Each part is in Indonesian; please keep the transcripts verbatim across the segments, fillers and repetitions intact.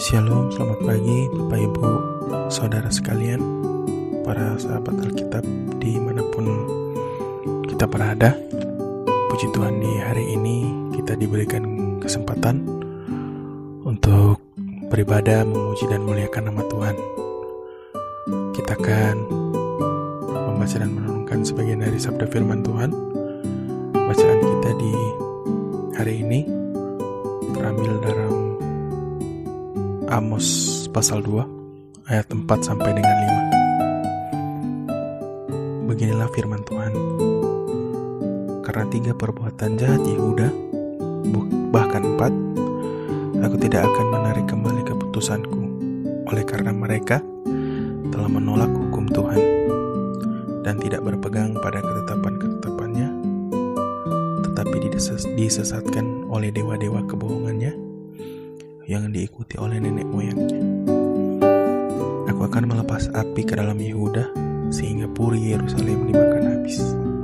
Shalom, selamat pagi Bapak Ibu Saudara sekalian, para sahabat Alkitab dimanapun kita berada. Puji Tuhan, di hari ini kita diberikan kesempatan untuk beribadah, memuji dan memuliakan nama Tuhan. Kita akan membaca dan merenungkan sebagian dari sabda firman Tuhan. Bacaan kita di hari ini terambil dalam Amos pasal dua ayat empat sampai dengan lima. Beginilah firman Tuhan. Karena tiga perbuatan jahat Yehuda, bahkan empat, aku tidak akan menarik kembali keputusanku, oleh karena mereka telah menolak hukum Tuhan dan tidak berpegang pada ketetapan-ketetapannya, tetapi disesatkan oleh dewa-dewa kebohongannya yang diikuti oleh nenek moyangnya. Aku akan melepas api ke dalam Yehuda, sehingga puri Yerusalem dimakan habis.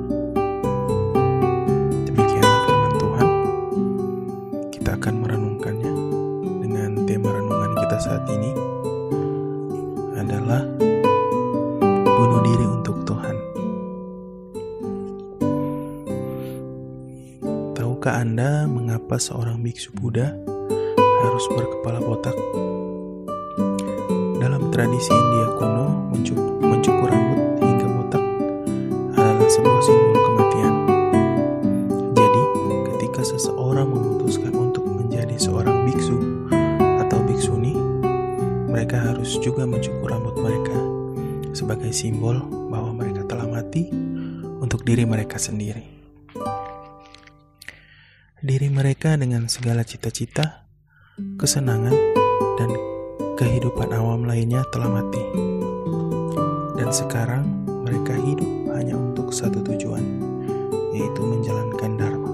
Demikianlah firman Tuhan. Kita akan merenungkannya dengan tema renungan kita saat ini adalah bunuh diri untuk Tuhan. Tahukah Anda mengapa seorang biksu Buddha harus berkepala botak? Dalam tradisi India kuno, mencukur, mencukur rambut hingga botak adalah sebuah simbol kematian. Jadi, ketika seseorang memutuskan untuk menjadi seorang biksu atau biksuni, mereka harus juga mencukur rambut mereka sebagai simbol bahwa mereka telah mati untuk diri mereka sendiri. Diri mereka dengan segala cita-cita, kesenangan, dan kehidupan awam lainnya telah mati. Dan sekarang mereka hidup hanya untuk satu tujuan, yaitu menjalankan dharma.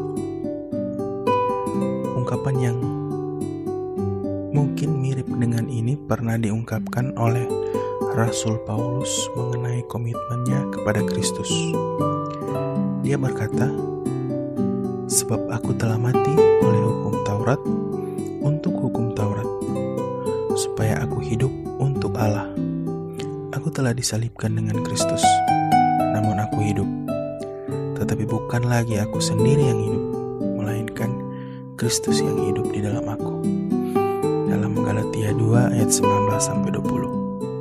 Ungkapan yang mungkin mirip dengan ini pernah diungkapkan oleh Rasul Paulus mengenai komitmennya kepada Kristus. Dia berkata, "Sebab aku telah mati oleh hukum Taurat untuk hukum Taurat, supaya aku hidup untuk Allah. Aku telah disalibkan dengan Kristus, namun aku hidup. Tetapi bukan lagi aku sendiri yang hidup, melainkan Kristus yang hidup di dalam aku." Dalam Galatia dua ayat sembilan belas sampai dua puluh.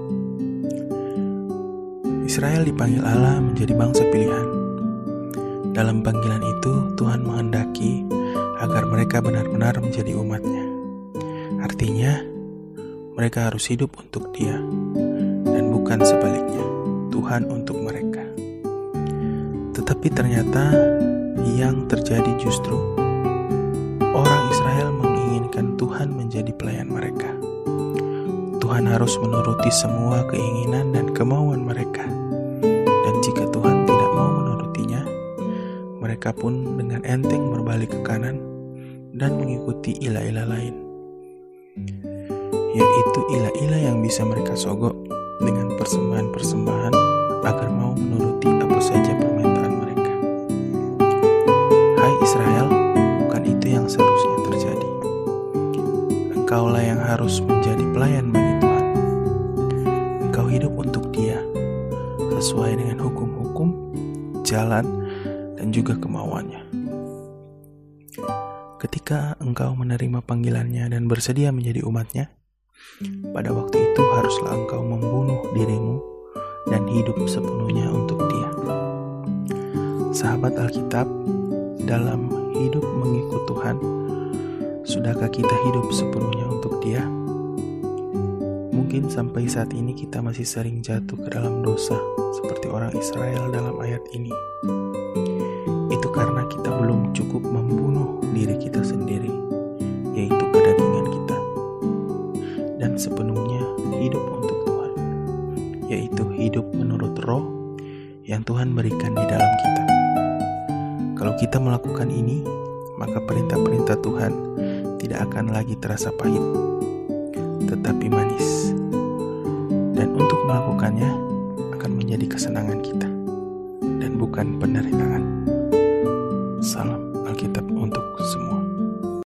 Israel dipanggil Allah menjadi bangsa pilihan. Dalam panggilan itu, Tuhan menghendaki agar mereka benar-benar menjadi umat-Nya. Artinya, mereka harus hidup untuk Dia, dan bukan sebaliknya, Tuhan untuk mereka. Tetapi ternyata yang terjadi justru orang Israel menginginkan Tuhan menjadi pelayan mereka. Tuhan harus menuruti semua keinginan dan kemauan mereka. Dan jika Tuhan tidak mau menurutinya, mereka pun dengan enteng berbalik ke kanan dan mengikuti ilah-ilah lain, yaitu ilah-ilah yang bisa mereka sogok dengan persembahan-persembahan agar mau menuruti apa saja permintaan mereka. Hai Israel, bukan itu yang seharusnya terjadi. Engkaulah yang harus menjadi pelayan bagi Tuhan. Engkau hidup untuk Dia, sesuai dengan hukum-hukum, jalan, dan juga kemauannya. Ketika engkau menerima panggilannya dan bersedia menjadi umat-Nya, pada waktu itu haruslah engkau membunuh dirimu dan hidup sepenuhnya untuk Dia. Sahabat Alkitab, dalam hidup mengikut Tuhan, sudahkah kita hidup sepenuhnya untuk Dia? Mungkin sampai saat ini kita masih sering jatuh ke dalam dosa seperti orang Israel dalam ayat ini. Itu karena kita belum cukup membunuh diri kita sendiri, yaitu kedagingan kita, dan sepenuhnya hidup untuk Tuhan, yaitu hidup menurut roh yang Tuhan berikan di dalam kita. Kalau kita melakukan ini, maka perintah-perintah Tuhan tidak akan lagi terasa pahit, tetapi manis. Dan untuk melakukannya akan menjadi kesenangan kita, dan bukan penderitaan. Salam Alkitab.